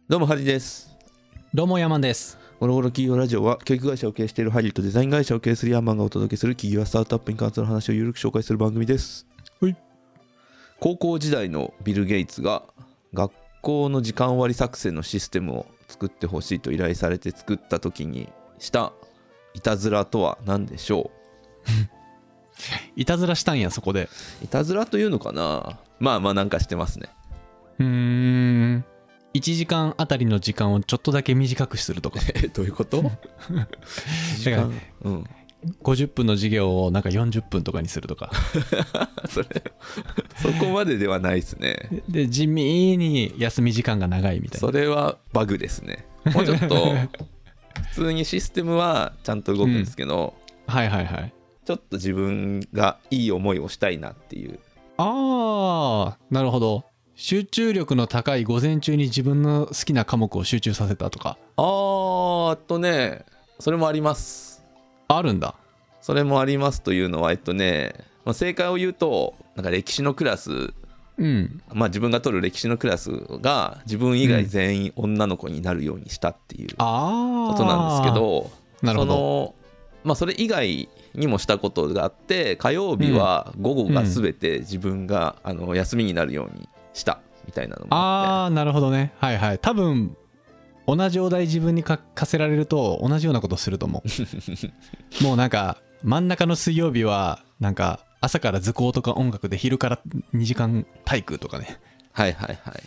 どうもハリです。 どうもヤマンです。 ゴロゴロ企業ラジオは教育会社を経営しているハリとデザイン会社を経営するヤーマンがお届けする企業やスタートアップに関する話をゆるく紹介する番組です。 はい。 高校時代のビル・ゲイツが学校の時間割作戦のシステムを作ってほしいと依頼されて作った時にしたいたずらとは何でしょいたずらしたんやそこで。 う。いたずらというのかな。まあなんかしてますね。 1時間あたりの時間をちょっとだけ短くするとか。 どういうこと1時間、 50分の授業をなんか40分とかにするとか。 そこまでではないですね。 で地味に休み時間が長いみたいな。 それはバグですね。もうちょっと普通にシステムはちゃんと動くんですけど、 はいはいはい。 ちょっと自分がいい思いをしたいなっていう。 ああ、なるほど。集中力の高い午前中に自分の好きな科目を集中させたとか。 それもあります。 あるんだ。 それもありますというのは正解を言うとなんか歴史のクラス、自分が取る歴史のクラスが自分以外全員女の子になるようにしたっていうことなんですけど、 なるほど。 それ以外にもしたことがあって、火曜日は午後が全て自分が休みになるようにしたみたいなのもあって。 なるほどね。はいはい。多分同じお題自分に課せられると同じようなことすると思う。もうなんか真ん中の水曜日はなんか朝から図工とか音楽で昼から2時間体育とかね。 はいはいはい。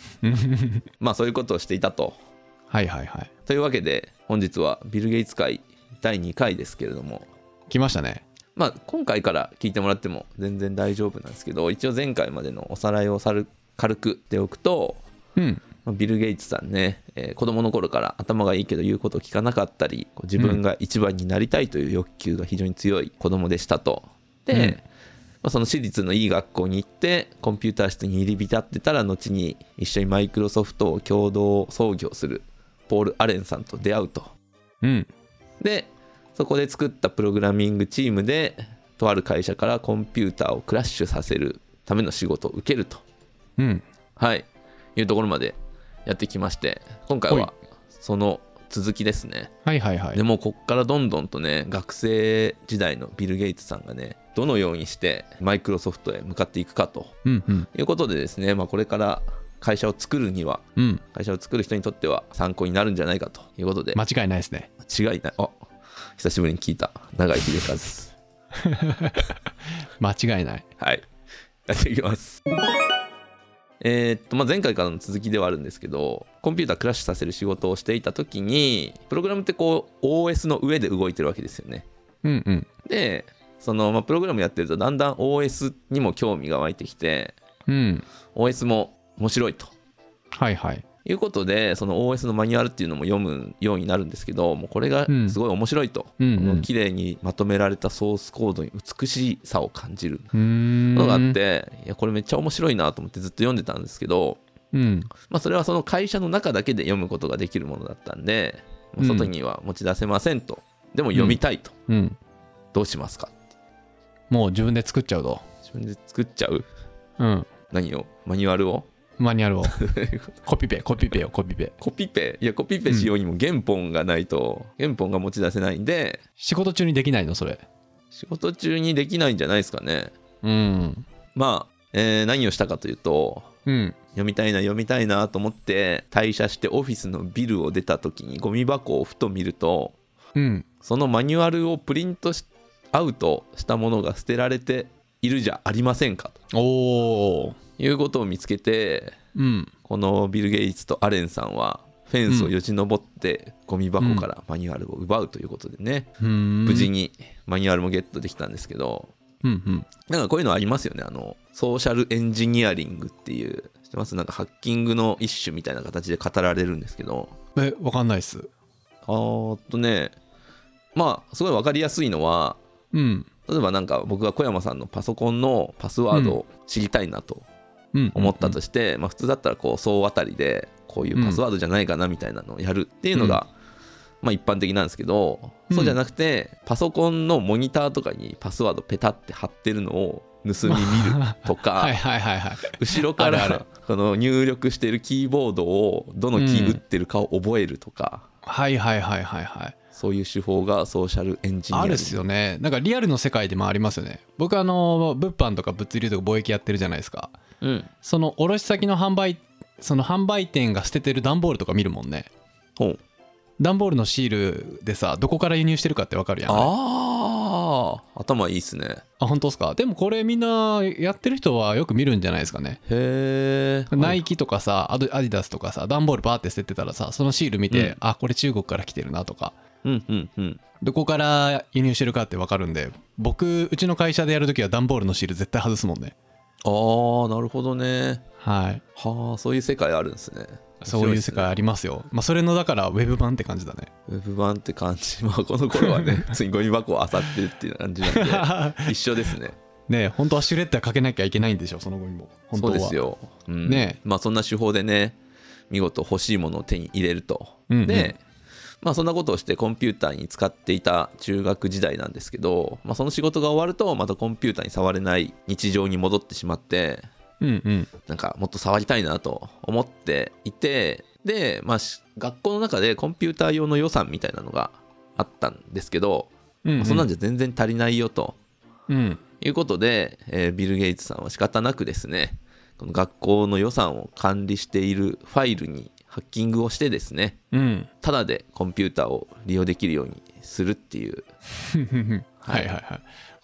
そういうことをしていたと。 はいはいはい。 というわけで本日はビル・ゲイツ会第2回ですけれども。 来ましたね。 今回から聞いてもらっても全然大丈夫なんですけど、一応前回までのおさらいを軽くしておくと、ビル・ゲイツさんね、子供の頃から頭がいいけど言うことを聞かなかったり、自分が一番になりたいという欲求が非常に強い子供でしたと。で、その私立のいい学校に行ってコンピューター室に入り浸ってたら、後に一緒にマイクロソフトを共同創業するポール・アレンさんと出会うと。でそこで作ったプログラミングチームでとある会社からコンピューターをクラッシュさせるための仕事を受けると、いうところまでやってきまして、今回はその続きですね。でもこっからどんどんとね、学生時代のビル・ゲイツさんがね、どのようにしてマイクロソフトへ向かっていくかということでですね、これから会社を作るには、会社を作る人にとっては参考になるんじゃないかということで。 間違いないですね。 間違いない。久しぶりに聞いた永井秀和。 間違いない。 はい、やっていきます。前回からの続きではあるんですけど、コンピュータークラッシュさせる仕事をしていた時に、プログラムってOS の上で動いてるわけですよね。でその、プログラムやってるとだんだん OS にも興味が湧いてきて、OS も面白いということで、その OS のマニュアルっていうのも読むようになるんですけど、もうこれがすごい面白いと、綺麗にまとめられたソースコードに美しさを感じるのがあって、いやこれめっちゃ面白いなと思ってずっと読んでたんですけど、それはその会社の中だけで読むことができるものだったんで、外には持ち出せませんと。でも読みたいと、どうしますか。 もう自分で作っちゃうと。 自分で作っちゃう。何を？マニュアルをコピペいやコピペしようにも原本がないと、原本が持ち出せないんで。 仕事中にできないのそれ？ 仕事中にできないんじゃないですかね。何をしたかというと、読みたいなと思って退社してオフィスのビルを出た時にゴミ箱をふと見ると、そのマニュアルをプリントアウトしたものが捨てられているじゃありませんかということを見つけて、このビル・ゲイツとアレンさんはフェンスをよじ登ってゴミ箱からマニュアルを奪うということでね、無事にマニュアルもゲットできたんですけど、なんかこういうのありますよね。ソーシャルエンジニアリングっていう、知ってます？なんかハッキングの一種みたいな形で語られるんですけど。 わかんないっす。 すごいわかりやすいのは、例えばなんか僕が小山さんのパソコンのパスワードを知りたいなと思ったとして、普通だったら総当たりでこういうパスワードじゃないかなみたいなのをやるっていうのが、 まあ一般的なんですけど、そうじゃなくてパソコンのモニターとかにパスワードペタって貼ってるのを盗み見るとかはいはいはいはい、 後ろからこの入力してるキーボードをどのキー打ってるかを覚えるとか、 はいはいはいはいはい、 そういう手法がソーシャルエンジニアあるっすよね。なんかリアルの世界でもありますよね。僕物販とか物流とか貿易やってるじゃないですか。その卸先のその販売店が捨ててる段ボールとか見るもんね。段ボールのシールでさ、どこから輸入してるかって分かるやん。 頭いいっすね。 本当ですか。でもこれみんなやってる人はよく見るんじゃないですかね。 へえ。 ナイキとかさ、アディダスとかさ、段ボールバーって捨ててたらさ、そのシール見て、これ中国から来てるなとか、どこから輸入してるかって分かるんで、うちの会社でやるときは段ボールのシール絶対外すもんね。 なるほどね。 はい。 そういう世界あるんですね。 そういう世界ありますよ。それのだからウェブ版って感じだね。 ウェブ版って感じ。この頃はね、ついゴミ箱を漁ってるっていう感じなんで一緒ですね。 ねえ、本当はシュレッダーかけなきゃいけないんでしょ、そのゴミも。本当は。 そうですよ。ねえ、そんな手法でね、見事欲しいものを手に入れると。で、そんなことをしてコンピューターに使っていた中学時代なんですけど、その仕事が終わるとまたコンピューターに触れない日常に戻ってしまって、なんかもっと触りたいなと思っていて、で、学校の中でコンピューター用の予算みたいなのがあったんですけど、そんなんじゃ全然足りないよと、いうことで、ビル・ゲイツさんは仕方なくですね、この学校の予算を管理しているファイルにハッキングをしてですね、ただでコンピューターを利用できるようにするっていうはいはいはい、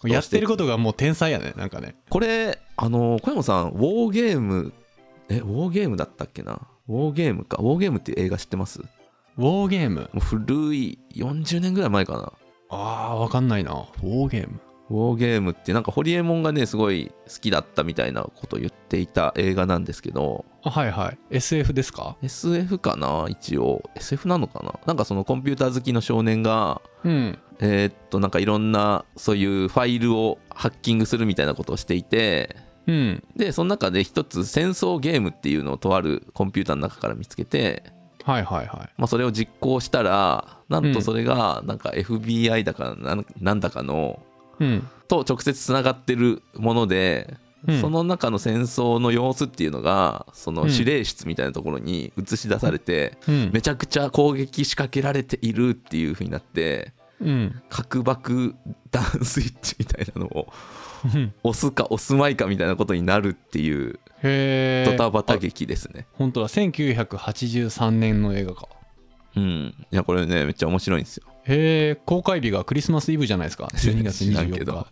やってることがもう天才やね。なんかね、 これ小山さん、ウォーゲームだったっけな。ウォーゲームっていう映画知ってます？ ウォーゲーム、 もう古い40年ぐらい前かな。 わかんないな。ウォーゲームってなんかホリエモンがねすごい好きだったみたいなことを言っていた映画なんですけど、 はいはい、 SF ですか？ SF かな、一応 SF なのかな。なんかそのコンピューター好きの少年が、なんかいろんなそういうファイルをハッキングするみたいなことをしていて、でその中で一つ戦争ゲームっていうのをとあるコンピューターの中から見つけて、それを実行したら、なんとそれがなんか FBI だかなんだかの、と直接つながってるもので、その中の戦争の様子っていうのがその指令室みたいなところに映し出されて、めちゃくちゃ攻撃仕掛けられているっていう風になって、核爆弾スイッチみたいなのを押すか押すまいかみたいなことになるっていうドタバタ劇ですね。 本当だ、1983年の映画か。 いやこれねめっちゃ面白いんですよ。 公開日がクリスマスイブじゃないですか、12月24日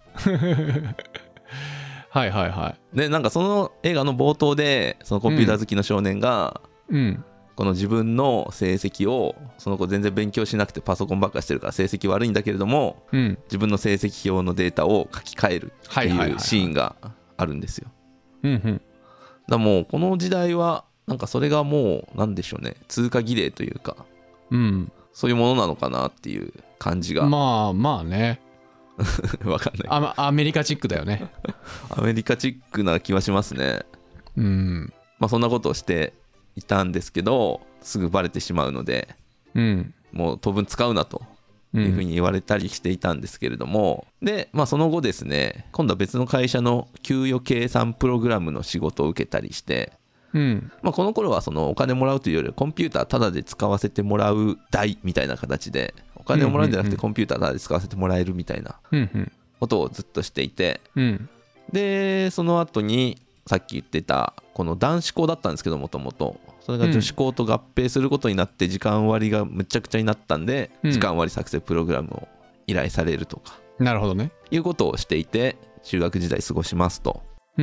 はいはいはい。 でなんかその映画の冒頭でそのコンピューター好きの少年が、この自分の成績を、その子全然勉強しなくてパソコンばっかしてるから成績悪いんだけれども、自分の成績表のデータを書き換えるっていうシーンがあるんですよ。だもうこの時代はなんかそれがもうなんでしょうね、通過儀礼というか、そういうものなのかなっていう感じが。 まあねわかんない。 アメリカチックだよねアメリカチックな気はしますね。そんなことをしていたんですけど、すぐバレてしまうので、もう当分使うなというふうに言われたりしていたんですけれども、で、その後ですね、今度は別の会社の給与計算プログラムの仕事を受けたりして、この頃はそのお金もらうというよりコンピュータータダで使わせてもらう代みたいな形で、お金をもらうんじゃなくてコンピュータータダで使わせてもらえるみたいなことをずっとしていて、でその後にさっき言ってたこの男子校だったんですけど、もともとそれが女子校と合併することになって時間割がむちゃくちゃになったんで、時間割作成プログラムを依頼されるとか、 なるほどね、 いうことをしていて中学時代過ごしますと。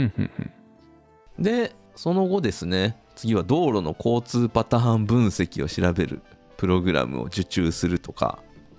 でその後ですね、次は道路の交通パターン分析を調べるプログラムを受注するとか。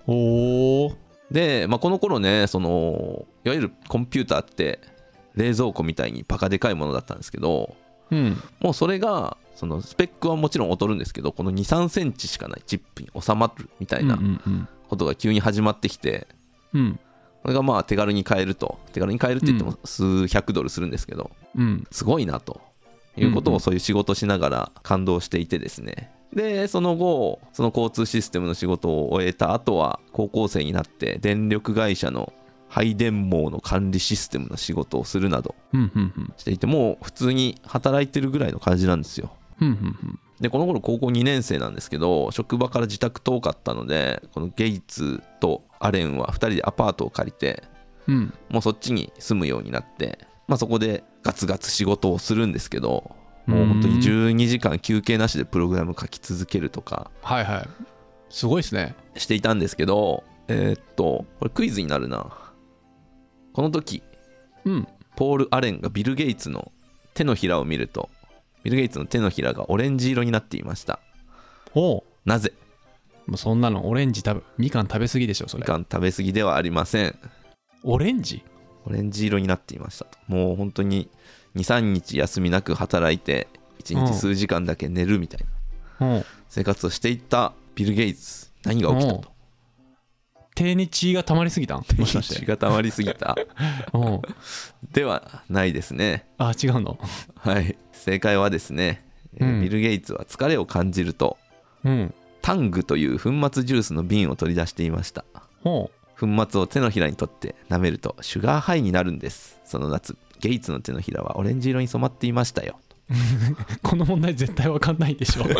で、この頃ね、そのいわゆるコンピューターって冷蔵庫みたいにバカでかいものだったんですけど、もうそれがそのスペックはもちろん劣るんですけど、この 2,3 センチしかないチップに収まるみたいなことが急に始まってきて、これが手軽に買えるって言っても数百ドルするんですけど、すごいなということをそういう仕事しながら感動していてですね、 でその後その交通システムの仕事を終えた後は高校生になって電力会社の配電網の管理システムの仕事をするなどしていて、もう普通に働いてるぐらいの感じなんですよ。でこの頃高校2年生なんですけど、職場から自宅遠かったので、このゲイツとアレンは2人でアパートを借りて、もうそっちに住むようになって、そこでガツガツ仕事をするんですけど、もう本当に12時間休憩なしでプログラム書き続けるとか、 すごいですね。 していたんですけど、これクイズになるな。この時、ポール・アレンがビル・ゲイツの手のひらを見ると、ビル・ゲイツの手のひらがオレンジ色になっていました。なぜ？ もうそんなのオレンジみかん食べ過ぎでしょそれ。 みかん食べ過ぎではありません。 オレンジ色になっていましたと。もう本当に 2,3 日休みなく働いて1日数時間だけ寝るみたいな生活をしていったビル・ゲイツ、何が起きたと。 手に血が溜まりすぎたん？もしかして血が溜まりすぎたではないですね。 違うの？ はい、正解はですね、ビル・ゲイツは疲れを感じると、タングという粉末ジュースの瓶を取り出していました。粉末を手のひらに取って舐めるとシュガーハイになるんです。その夏ゲイツの手のひらはオレンジ色に染まっていましたよこの問題絶対わかんないでしょ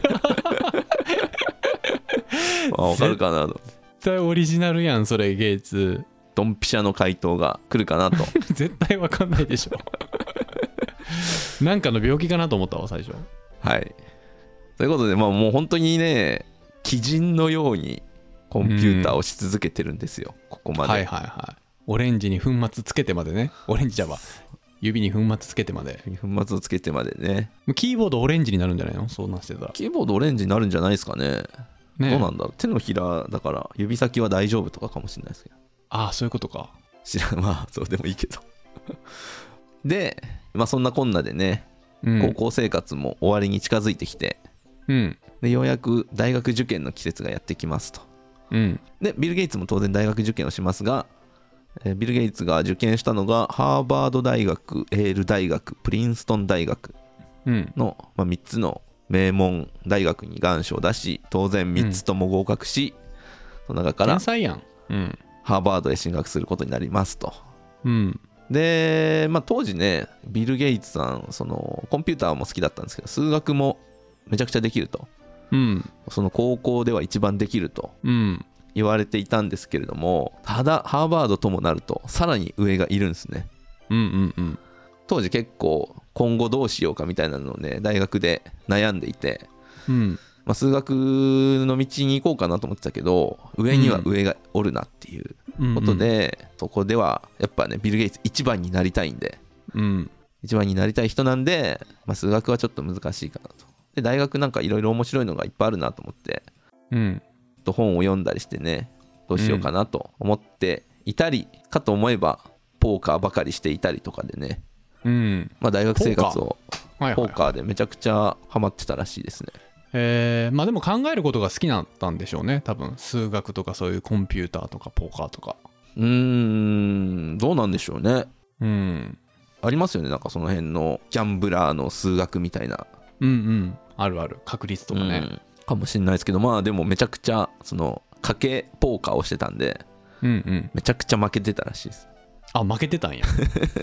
わかるかなと。 絶対オリジナルやんそれ。ゲイツドンピシャの回答が来るかなと絶対わかんないでしょなんかの病気かなと思ったわ最初。 はい、ということで、もう本当にね、鬼人のようにコンピューターをし続けてるんですよ、ここまで。 オレンジに粉末つけてまでね。オレンジじゃわ、指に粉末つけてまで。 粉末をつけてまでね。 キーボードオレンジになるんじゃないの？そうなってたらキーボードオレンジになるんじゃないですかね。どうなんだろう。手のひらだから指先は大丈夫とかかもしれないですけど。 そういうことか。 知らん、そうでもいいけどで、そんなこんなでね、高校生活も終わりに近づいてきて、でようやく大学受験の季節がやってきますと。でビル・ゲイツも当然大学受験をしますが、ビル・ゲイツが受験したのがハーバード大学、エール大学、プリンストン大学の、3つの名門大学に願書を出し、当然3つとも合格し、その中から天才やん、 ハーバードへ進学することになりますと。で、当時ね、ビル・ゲイツさんそのコンピューターも好きだったんですけど、数学もめちゃくちゃできると、その高校では一番できると言われていたんですけれども、ただハーバードともなるとさらに上がいるんですね。当時結構今後どうしようかみたいなのをね、大学で悩んでいて、数学の道に行こうかなと思ってたけど、上には上がおるなっていうことで、そこではやっぱね、ビル・ゲイツ一番になりたいんで、一番になりたい人なんで、数学はちょっと難しいかなと。で大学なんかいろいろ面白いのがいっぱいあるなと思って、本を読んだりしてね、どうしようかなと思っていたり、かと思えばポーカーばかりしていたりとかでね、大学生活をポーカーでめちゃくちゃハマってたらしいですね。 でも考えることが好きだったんでしょうね、多分。数学とかそういうコンピューターとかポーカーとか。 どうなんでしょうね。ありますよね、なんかその辺のギャンブラーの数学みたいな。 あるある、確率とかね、 かもしれないですけど、でもめちゃくちゃその賭けポーカーをしてたんで、めちゃくちゃ負けてたらしいです。 負けてたんや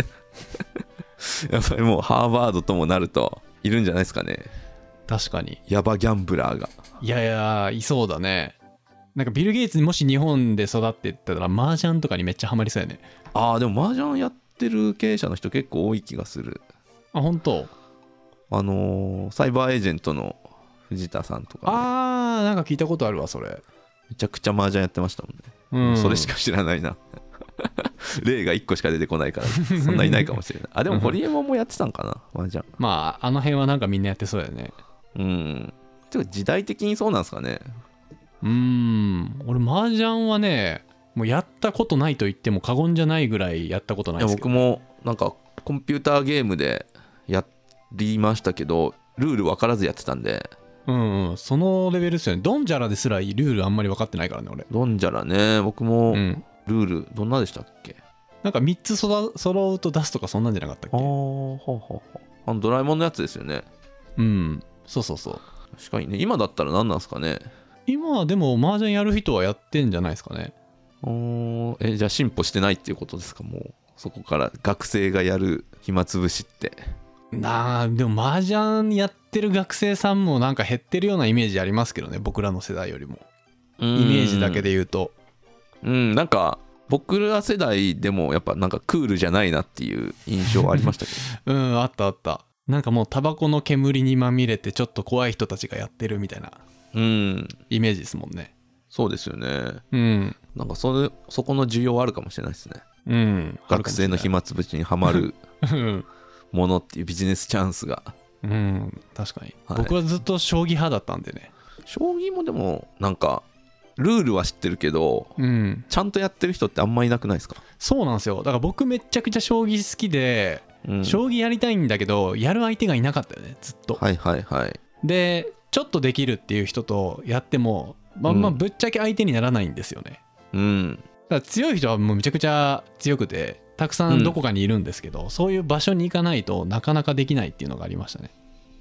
やっぱりもうハーバードともなるといるんじゃないですかね。 確かにヤバギャンブラーが。 いやいそうだね。なんかビル・ゲイツにもし日本で育ってったら麻雀とかにめっちゃハマりそうやね。 でも麻雀やってる経営者の人結構多い気がする。 本当？ サイバーエージェントの藤田さんとか、ね、 なんか聞いたことあるわそれ。 めちゃくちゃ麻雀やってましたもんね。それしか知らないな例が1個しか出てこないからそんないないかもしれない。でもホリエモンもやってたんかな麻雀。 あの辺はなんかみんなやってそうやね。 てか時代的にそうなんですかね。 俺麻雀はね、もうやったことないと言っても過言じゃないぐらいやったことないですけど、 僕もなんかコンピューターゲームでやりましたけど、ルール分からずやってたんで。 そのレベルですよね。ドンジャラですらルールあんまり分かってないからね俺。 ドンジャラね、僕もルールどんなでしたっけ。 なんか3つ揃うと出すとかそんなんじゃなかったっけ。 ドラえもんのやつですよね。 そうそうそう。 確かにね。今だったら何なんですかね。 今はでも麻雀やる人はやってんじゃないですかね。 じゃあ進歩してないっていうことですか。もうそこから学生がやる暇つぶしって。 でも麻雀やってる学生さんもなんか減ってるようなイメージありますけどね、僕らの世代よりも。イメージだけで言うと。 なんか僕ら世代でもやっぱなんかクールじゃないなっていう印象ありましたけどあったあった。なんかもうタバコの煙にまみれてちょっと怖い人たちがやってるみたいなイメージですもんね。 そうですよね。なんかそこの需要あるかもしれないですね。学生の暇つぶしにはまるものっていうビジネスチャンスが。 確かに、僕はずっと将棋派だったんでね。 将棋もでもなんかルールは知ってるけど、ちゃんとやってる人ってあんまいなくないですか。 そうなんですよ。だから僕めっちゃくちゃ将棋好きで、将棋やりたいんだけどやる相手がいなかったよね、ずっと。でちょっとできるっていう人とやってもぶっちゃけ相手にならないんですよね。だから強い人はもうめちゃくちゃ強くてたくさんどこかにいるんですけど、そういう場所に行かないとなかなかできないっていうのがありましたね。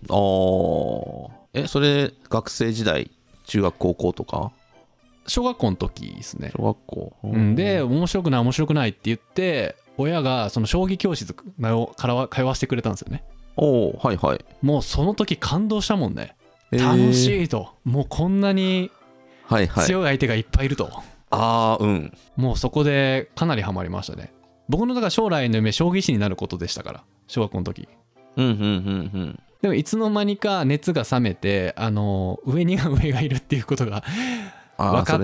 それ学生時代、中学高校とか。 小学校の時ですね。 小学校、 で面白くないって言って親がその将棋教室から通わせてくれたんですよね。もうその時感動したもんね。楽しいと、もうこんなに強い相手がいっぱいいると。もうそこでかなりハマりましたね。僕のだから将来の夢将棋士になることでしたから、小学校の時。でもいつの間にか熱が冷めて上には上がいるっていうことが分かって、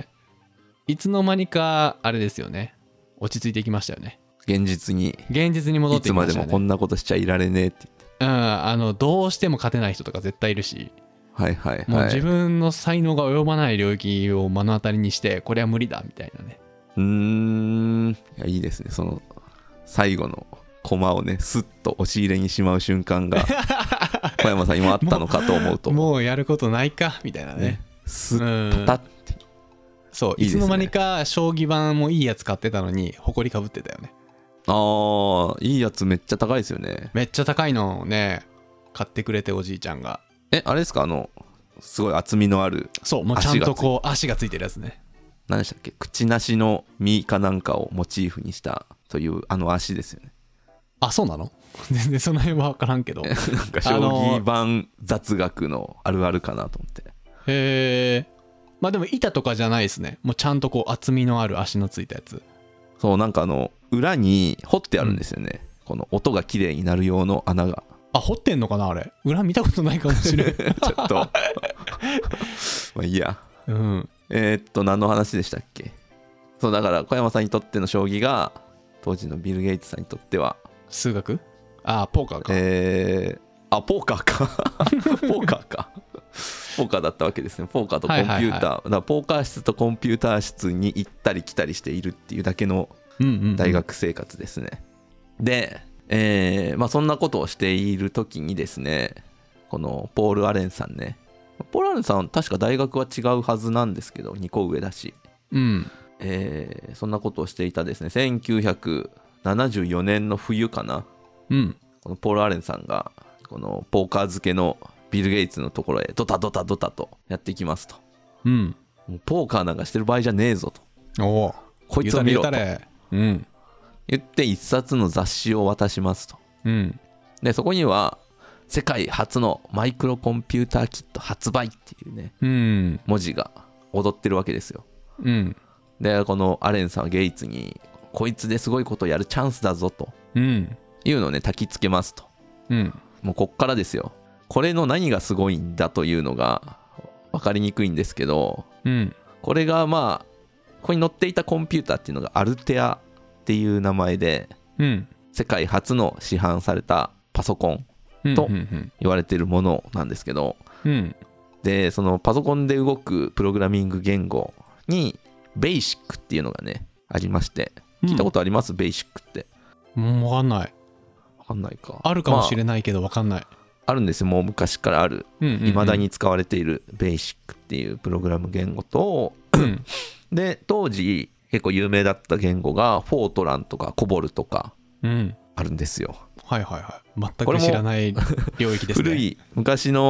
いつの間にかあれですよね、落ち着いていきましたよね。 現実に戻ってきましたね。 いつまでもこんなことしちゃいられねえって言って、どうしても勝てない人とか絶対いるし、もう自分の才能が及ばない領域を目の当たりにしてこれは無理だみたいなね。 いやいいですね。その最後の駒をねスッと押し入れにしまう瞬間が小山さん今あったのかと思うともうやることないかみたいなね。 スッパタッて。 そう、いつの間にか将棋盤もいいやつ買ってたのに埃かぶってたよね。 いいやつめっちゃ高いですよね。 めっちゃ高いのをね買ってくれて、おじいちゃんが。 あれですか、すごい厚みのある。 そうもうちゃんとこう足がついてるやつね。 何でしたっけ、口なしの実かなんかをモチーフにしたという足ですよね。 そうなの全然その辺は分からんけどなんか将棋盤雑学のあるあるかなと思って。 でも板とかじゃないですね。もうちゃんとこう厚みのある足のついたやつ。 そう、なんか裏に彫ってあるんですよね、この音が綺麗になる用の穴が。 彫ってんのかなあれ。裏見たことないかもしれんちょっとまあいいや。何の話でしたっけ。そうだから小山さんにとっての将棋が当時のビル・ゲイツさんにとっては数学？ポーカーか。 ポーカーかポーカーかポーカーだったわけですね。ポーカーとコンピューター、だからポーカー室とコンピューター室に行ったり来たりしているっていうだけの大学生活ですね。で、そんなことをしている時にですね、このポール・アレンさんね、ポール・アレンさん確か大学は違うはずなんですけど2個上だし、そんなことをしていたですね、1974年の冬かな、このポール・アレンさんがこのポーカー漬けのビル・ゲイツのところへドタドタドタとやっていきますと。もうポーカーなんかしてる場合じゃねえぞと、こいつを見ろと言って一冊の雑誌を渡しますと。でそこには世界初のマイクロコンピューターキット発売っていうね、文字が踊ってるわけですよ。でこのアレンさんはゲイツにこいつですごいことをやるチャンスだぞというのをね焚きつけますと。もうこっからですよ。これの何がすごいんだというのが分かりにくいんですけど、これがここに載っていたコンピューターっていうのがアルテアっていう名前で、世界初の市販されたパソコンと言われているものなんですけど、でそのパソコンで動くプログラミング言語にベーシックっていうのがねありまして、聞いたことあります？ベーシックって。 分かんない。 分かんないか。 あるかもしれないけど分かんない。 あるんですよ、もう昔からある、未だに使われているベーシックっていうプログラム言語と、で当時結構有名だった言語がフォートランとかコボルとかあるんですよ。 全く知らない領域ですね。 古い昔の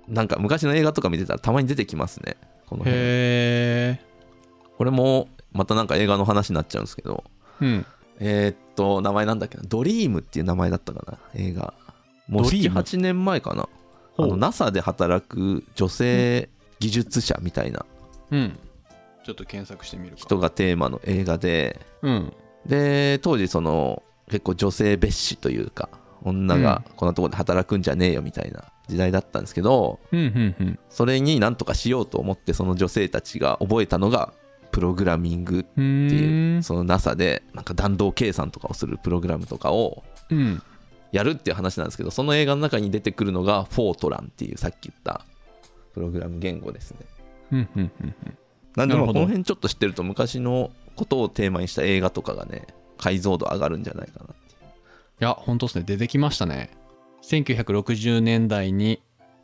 なんか昔の映画とか見てたらたまに出てきますね、この辺。 へえ。 これもまたなんか映画の話になっちゃうんですけど、 うん。 名前なんだっけな、ドリームっていう名前だったかな、映画。もう7、8年前かな。NASA で働く女性技術者みたいな、 うん、ちょっと検索してみるか。 人がテーマの映画で、 うん、 で当時その結構女性蔑視というか、女がこんなところで働くんじゃねえよみたいな時代だったんですけど、 うんうんうん、 それになんとかしようと思ってその女性たちが覚えたのがプログラミングっていう、その NASA でなんか弾道計算とかをするプログラムとかをやるっていう話なんですけど、その映画の中に出てくるのがフォートランっていうさっき言ったプログラム言語ですね。なんでもこの辺ちょっと知ってると昔のことをテーマにした映画とかがね、解像度上がるんじゃないかなって。いや本当ですね、出てきましたね。1960年代に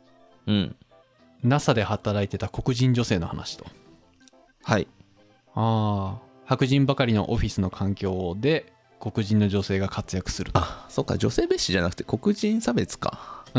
NASA で働いてた黒人女性の話と。 はい。 白人ばかりのオフィスの環境で黒人の女性が活躍すると。 あ、そうか、女性蔑視じゃなくて黒人差別か。 うん。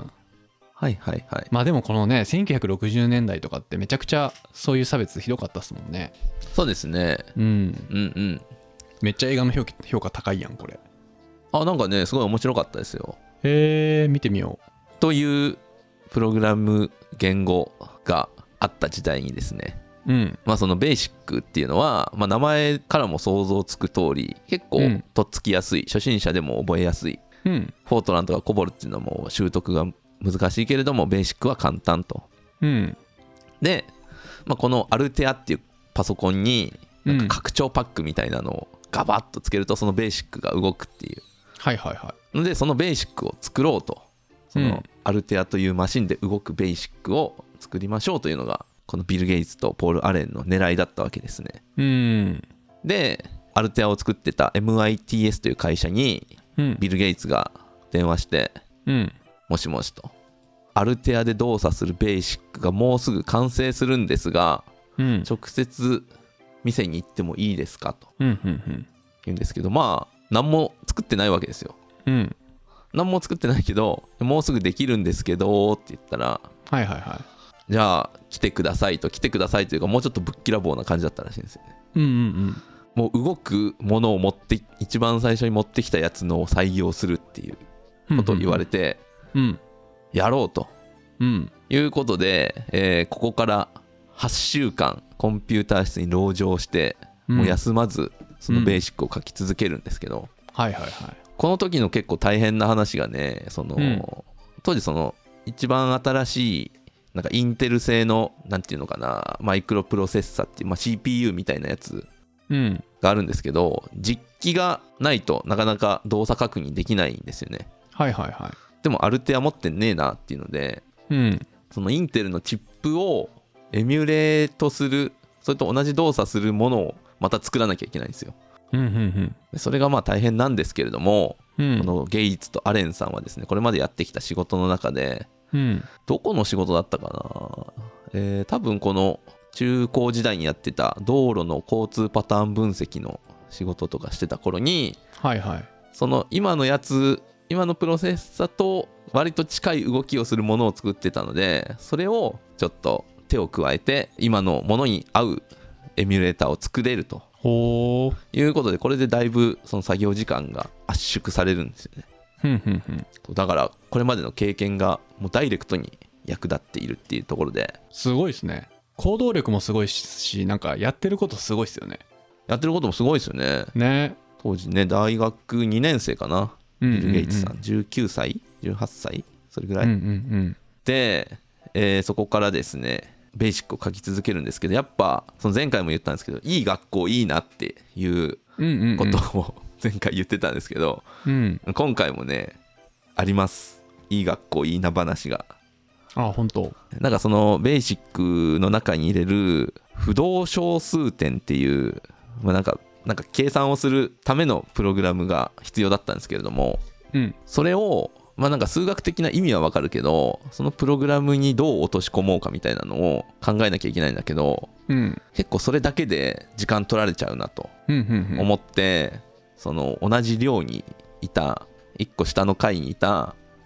はいはいはい。 まあでもこのね1960年代とかってめちゃくちゃそういう差別ひどかったっすもんね。 そうですね。 めっちゃ映画の評価高いやんこれ。 なんかねすごい面白かったですよ。 へえ、見てみよう。というプログラム言語があった時代にですね、そのベーシックっていうのは、名前からも想像つく通り結構とっつきやすい、初心者でも覚えやすい、フォートランとかコボルっていうのも習得が難しいけれどもベーシックは簡単と。で、このアルテアっていうパソコンになんか拡張パックみたいなのをガバッとつけるとそのベーシックが動くっていう。のでそのベーシックを作ろうと、そのアルテアというマシンで動くベーシックを作りましょうというのがこのビル・ゲイツとポール・アレンの狙いだったわけですね。でアルテアを作ってた MITS という会社にビル・ゲイツが電話して、もしもしと、アルテアで動作するベーシックがもうすぐ完成するんですが、直接店に行ってもいいですかと言うんですけど、何も作ってないわけですよ。何も作ってないけどもうすぐできるんですけどって言ったら、じゃあ来てくださいというか、もうちょっとぶっきらぼうな感じだったらしいんですよね。もう動くものを一番最初に持ってきたやつのを採用するっていうことを言われて、やろうということで、ここから8週間コンピューター室に籠城して、もう休まずそのベーシックを書き続けるんですけど、この時の結構大変な話がね、当時その一番新しいなんかインテル製のなんていうのかな、マイクロプロセッサーっていう、CPU みたいなやつがあるんですけど、実機がないとなかなか動作確認できないんですよね。でもアルテア持ってねえなっていうので、そのインテルのチップをエミュレートする、それと同じ動作するものをまた作らなきゃいけないんですよ。それが大変なんですけれども、このゲイツとアレンさんはですね、これまでやってきた仕事の中で、どこの仕事だったかな、多分この中高時代にやってた道路の交通パターン分析の仕事とかしてた頃に、その今のプロセッサと割と近い動きをするものを作ってたので、それをちょっと手を加えて今のものに合うエミュレーターを作れるということで、これでだいぶその作業時間が圧縮されるんですよね。だからこれまでの経験がもうダイレクトに役立っているっていうところで、 すごいですね。行動力もすごいし、なんかやってることすごいですよね。 やってることもすごいですよね。当時ね、大学2年生かな、ビル・ゲイツさん19歳18歳それぐらい、で、そこからですねベーシックを書き続けるんですけど、やっぱその前回も言ったんですけど、いい学校いいなっていうことを前回言ってたんですけど、今回もねあります、いい学校いいな話が。 本当。 なんかそのベーシックの中に入れる不動小数点っていう、なんか計算をするためのプログラムが必要だったんですけれども、それをなんか数学的な意味はわかるけど、そのプログラムにどう落とし込もうかみたいなのを考えなきゃいけないんだけど、結構それだけで時間取られちゃうなと思って、その同じ寮にいた1個下の階にいた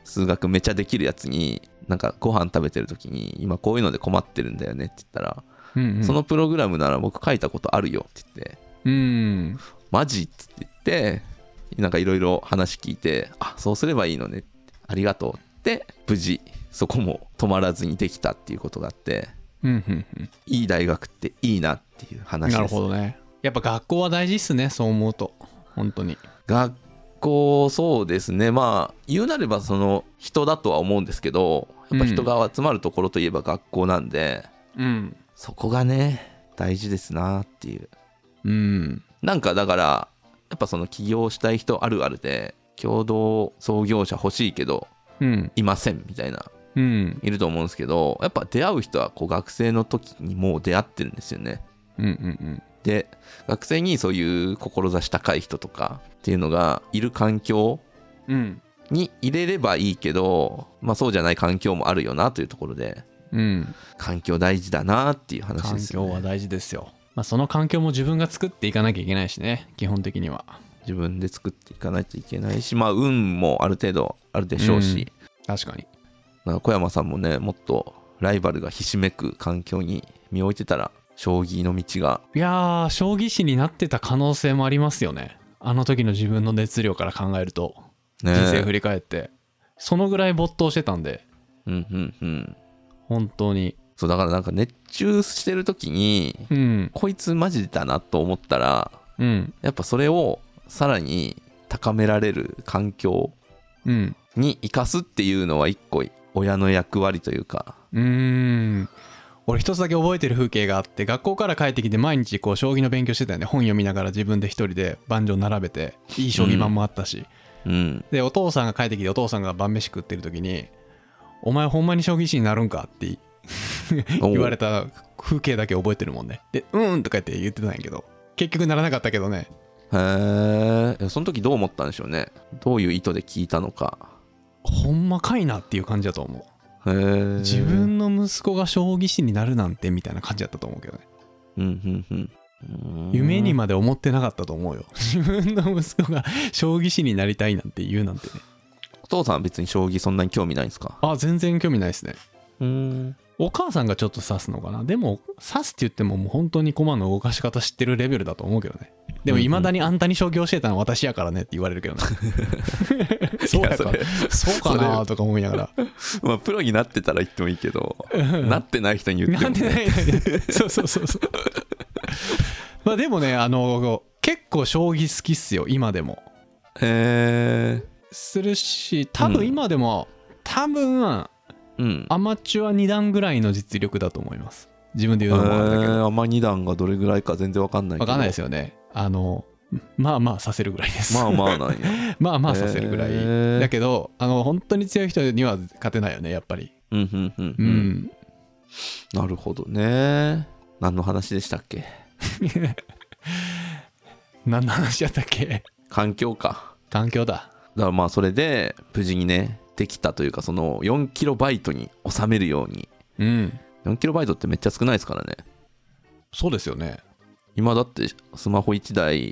数学めちゃできるやつになんかご飯食べてる時に今こういうので困ってるんだよねって言ったら、そのプログラムなら僕書いたことあるよって言って、マジって言ってなんかいろいろ話聞いて、あ、そうすればいいのね、ありがとうって無事そこも止まらずにできたっていうことがあって、いい大学っていいなっていう話です。 なるほどね。やっぱ学校は大事っすね、そう思うと。本当に学校、そうですね。まあ言うなればその人だとは思うんですけど、やっぱ人が集まるところといえば学校なんで、そこがね大事ですなっていう。なんかだからやっぱその起業したい人あるあるで、共同創業者欲しいけど、いませんみたいな、いると思うんですけど、やっぱ出会う人はこう学生の時にもう出会ってるんですよね。で学生にそういう志高い人とかっていうのがいる環境に入れればいいけど、まあそうじゃない環境もあるよなというところで、環境大事だなっていう話ですよね。 環境は大事ですよ。まあ、その環境も自分が作っていかなきゃいけないしね、基本的には自分で作っていかないといけないし、まあ運もある程度あるでしょうし、 確かに。 なんか小山さんもね、もっとライバルがひしめく環境に身を置いてたら将棋の道が、 いやー、将棋士になってた可能性もありますよね。あの時の自分の熱量から考えると、人生振り返ってそのぐらい没頭してたんで、本当に。 そうだからなんか熱中してる時に、こいつマジだなと思ったら、やっぱそれをさらに高められる環境に生かすっていうのは一個親の役割というか。 俺一つだけ覚えてる風景があって、学校から帰ってきて毎日こう将棋の勉強してたよね。本読みながら自分で一人で盤上並べて、いい将棋盤もあったし、でお父さんが帰ってきて、お父さんが晩飯食ってる時に、お前ほんまに将棋士になるんかって言われた風景だけ覚えてるもんね。でとか言って言ってたんやけど、結局ならなかったけどね。 へえ。その時どう思ったんでしょうね。どういう意図で聞いたのか。 ほんまかいなっていう感じだと思う。自分の息子が将棋士になるなんてみたいな感じだったと思うけどね。夢にまで思ってなかったと思うよ。自分の息子が将棋士になりたいなんて言うなんてね。 お父さんは別に将棋そんなに興味ないんですか？ 全然興味ないですね。お母さんがちょっと指すのかな。でも指すって言ってももう本当に駒の動かし方知ってるレベルだと思うけどね。でもいまだにあんたに将棋教えたのは私やからねって言われるけどね。そうやかそうかなとか思いながら。 まあプロになってたら言ってもいいけど、なってない人に言っても、ね、なってないそうまあでもね、結構将棋好きっすよ今でも。するし、多分今でも、多分アマチュア2段ぐらいの実力だと思います。自分で言うのもあれだけど、 アマ2段がどれぐらいか全然わかんないけど。 わかんないですよね。まあまあさせるぐらいです。 まあまあなんや。 まあまあさせるぐらいだけど、本当に強い人には勝てないよね、やっぱり。 なるほどね。何の話でしたっけ？ 何の話やったっけ？ 環境か。 環境だ。 だからまあそれで無事にねできたというか、その4キロバイトに収めるように。4キロバイトってめっちゃ少ないですからね。 そうですよね。 今だってスマホで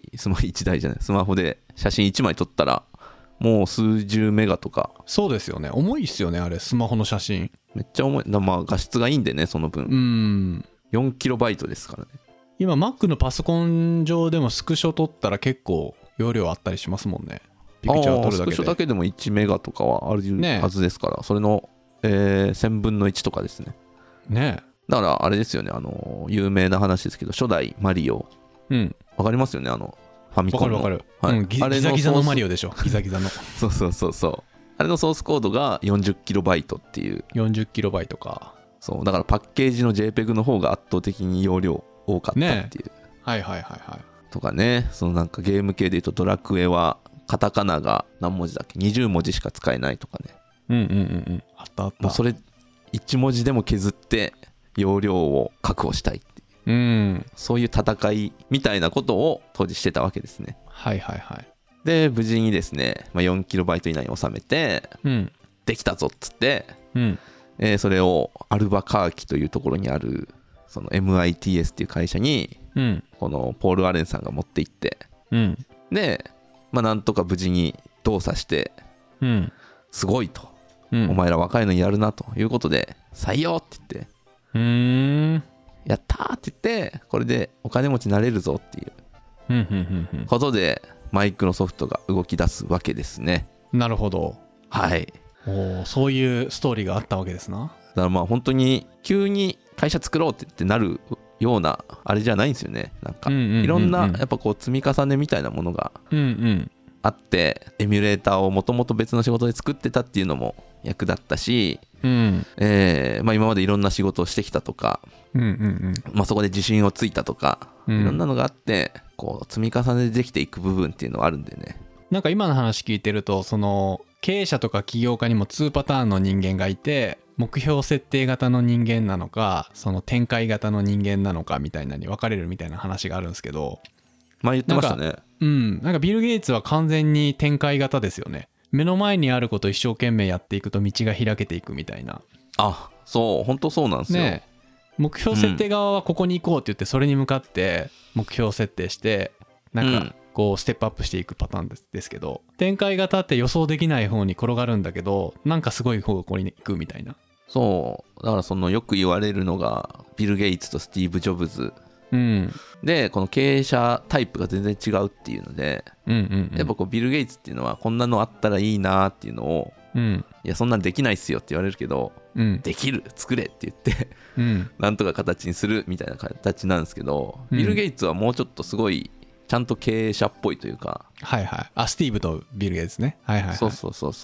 写真1枚撮ったらもう数十メガとか。 そうですよね。重いっすよね、あれ。スマホの写真めっちゃ重い。まあ画質がいいんでね、その分。4キロバイトですからね。 今 Mac のパソコン上でもスクショ撮ったら結構容量あったりしますもんね。ピクチャー撮るだけで。スクショだけでも1メガとかはあるはずですから、それの、1000分の1とかですね。 ねえ。 だからあれですよね、有名な話ですけど、初代マリオ、わかりますよね、ファミコンの。 わかる、ギザギザのマリオでしょ。ギザギザのそうあれのソースコードが40キロバイトっていう。 40キロバイトか。 そうだからパッケージの JPEG の方が圧倒的に容量多かったっていう、 はいとかね。そのなんかゲーム系でいうとドラクエはカタカナが何文字だっけ、20文字しか使えないとかね。 あったそれ1文字でも削って容量を確保したいっていう、そういう戦いみたいなことを当時してたわけですね。で無事にですね、4キロバイト以内に収めて、できたぞっつって、それをアルバカーキというところにあるその MITS っていう会社に、このポール・アレンさんが持って行って、で、なんとか無事に動作して、すごいとお前ら若いのにやるなということで採用って言ってやったーって言ってこれでお金持ちになれるぞっていうことでマイクロソフトが動き出すわけですね。 なるほど。 はい。 そういうストーリーがあったわけですな。 だからまあ本当に急に会社作ろうって言ってなるようなあれじゃないんですよね。なんかいろんなやっぱこう積み重ねみたいなものがあってエミュレーターをもともと別の仕事で作ってたっていうのも役立ったし、まあ今までいろんな仕事をしてきたとか、まあそこで自信をついたとか、いろんなのがあってこう積み重ねでできていく部分っていうのはあるんでね。 なんか今の話聞いてるとその経営者とか起業家にも2パターンの人間がいて目標設定型の人間なのかその展開型の人間なのかみたいなに分かれるみたいな話があるんですけど、 まあ言ってましたね。 なんかビル・ゲイツは完全に展開型ですよね。目の前にあることを一生懸命やっていくと道が開けていくみたいな。 あ、そう本当そうなんですよ、ね、 目標設定側はここに行こうって言ってそれに向かって目標設定してなんかこうステップアップしていくパターンですけど、展開型って予想できない方に転がるんだけどなんかすごい方向に行くみたいな。 そうだからそのよく言われるのがビル・ゲイツとスティーブ・ジョブズでこの経営者タイプが全然違うっていうので、やっぱこうビル・ゲイツっていうのはこんなのあったらいいなっていうのを、いやそんなんできないっすよって言われるけど、できる作れって言ってなんとか形にするみたいな形なんですけど、ビル・ゲイツはもうちょっとすごいちゃんと経営者っぽいというか、 スティーブとビル・ゲイツね。 そう、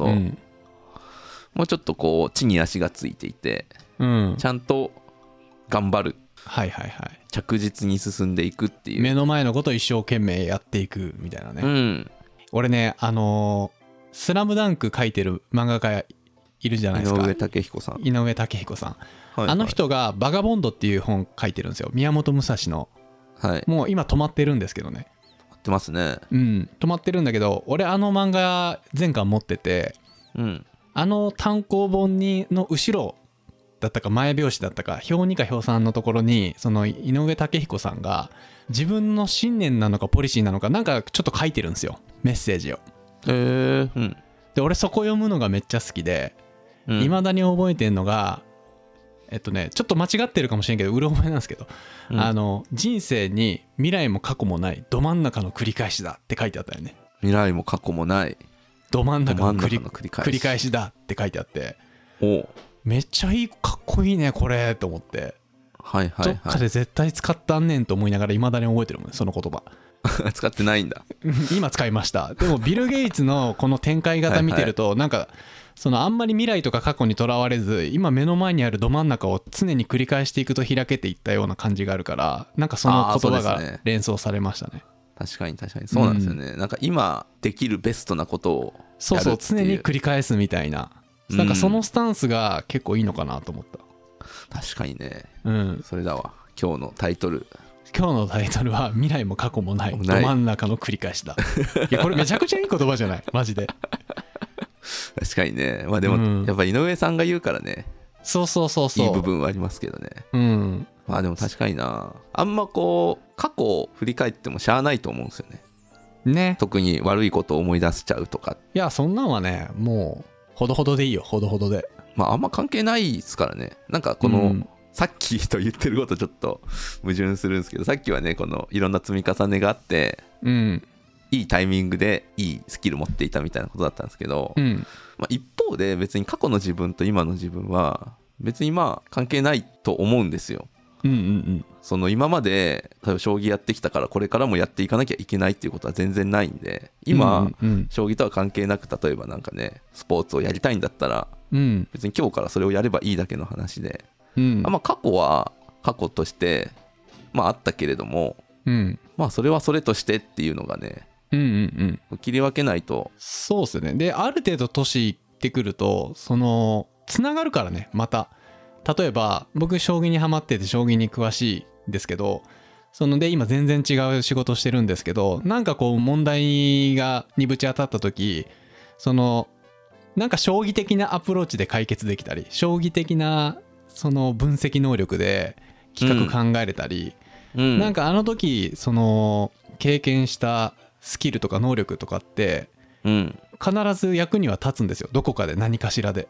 もうちょっとこう地に足がついていて、ちゃんと頑張る、着実に進んでいくっていう、 目の前のことを一生懸命やっていくみたいなね。俺ねスラムダンク書いてる漫画家いるじゃないですか、井上武彦さん、あの人がバガボンドっていう本書いてるんですよ、宮本武蔵の。もう今止まってるんですけどね。 止まってますね。 止まってるんだけど俺あの漫画全巻持ってて、あの単行本の後ろだったか前表紙だったか表2か表3のところにその井上武彦さんが自分の信念なのかポリシーなのかなんかちょっと書いてるんですよ、メッセージを。で俺そこ読むのがめっちゃ好きで未だに覚えてんのがちょっと間違ってるかもしれんけどうろ覚えなんですけど、人生に未来も過去もないど真ん中の繰り返しだって書いてあったよね。 未来も過去もないど真ん中の繰り返しだって書いてあって、めっちゃいいかっこいいねこれと思って、どっかで絶対使ったんねんと思いながら未だに覚えてるもんねその言葉使ってないんだ今使いました。でもビル・ゲイツのこの展開型見てるとなんかそのあんまり未来とか過去にとらわれず今目の前にあるど真ん中を常に繰り返していくと開けていったような感じがあるから、なんかその言葉が連想されましたね。 確かにそうなんですよね、なんか今できるベストなことをやるっていう、 常に繰り返すみたいな、なんかそのスタンスが結構いいのかなと思った。 確かにね、それだわ。今日のタイトルは未来も過去もないど真ん中の繰り返しだいやこれめちゃくちゃいい言葉じゃないマジで確かにね。まあでもやっぱ井上さんが言うからね、 そういい部分はありますけどね。まあでも確かにな、あんまこう過去を振り返ってもしゃあないと思うんですよね。特に悪いことを思い出しちゃうとか。 いやそんなんはねもうほどほどでいいよ、ほどほどで。 まああんま関係ないですからね。なんかこの、さっきと言ってることちょっと矛盾するんですけど、さっきはねこのいろんな積み重ねがあって、いいタイミングでいいスキル持っていたみたいなことだったんですけど、まあ、一方で別に過去の自分と今の自分は別にまあ関係ないと思うんですよ。その今まで例えば将棋やってきたからこれからもやっていかなきゃいけないっていうことは全然ないんで、今、将棋とは関係なく例えばなんかねスポーツをやりたいんだったら、別に今日からそれをやればいいだけの話で、まあ過去は過去としてまああったけれども、まあそれはそれとしてっていうのがね、切り分けないと。 そうですよね。である程度年いってくるとそのつながるからね。また例えば僕将棋にハマってて将棋に詳しいんですけど、そので今全然違う仕事してるんですけど、なんかこう問題にぶち当たった時、そのなんか将棋的なアプローチで解決できたり、将棋的なその分析能力で企画考えれたり、なんかあの時その経験したスキルとか能力とかって、必ず役には立つんですよ、どこかで何かしらで。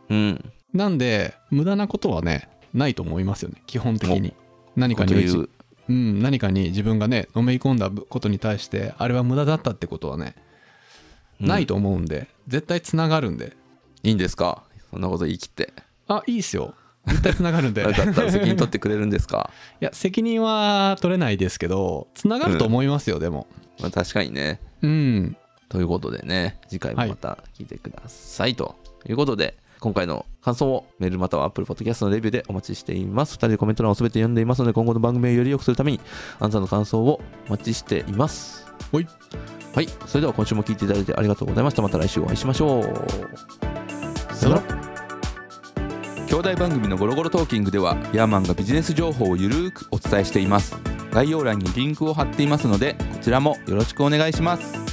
なんで無駄なことはねないと思いますよね、基本的に。何かに自分がねのめり込んだことに対してあれは無駄だったってことはね、ないと思うんで、絶対つながるんで。 いいんですか、そんなこと言い切って。 いいっすよ、絶対つながるんで。 だったら責任取ってくれるんですか？ いや責任は取れないですけどつながると思いますよ、でも。 確かにね。ということでね、次回もまた聞いてください、ということで、今回の感想をメールまたは Apple Podcast のレビューでお待ちしています。2人でコメント欄を全て読んでいますので、今後の番組をより良くするためにあなたの感想をお待ちしています。はい、それでは今週も聞いていただいてありがとうございました。また来週お会いしましょう。さよなら。兄弟番組のゴロゴロトーキングではヤーマンがビジネス情報をゆるーくお伝えしています。概要欄にリンクを貼っていますので、こちらもよろしくお願いします。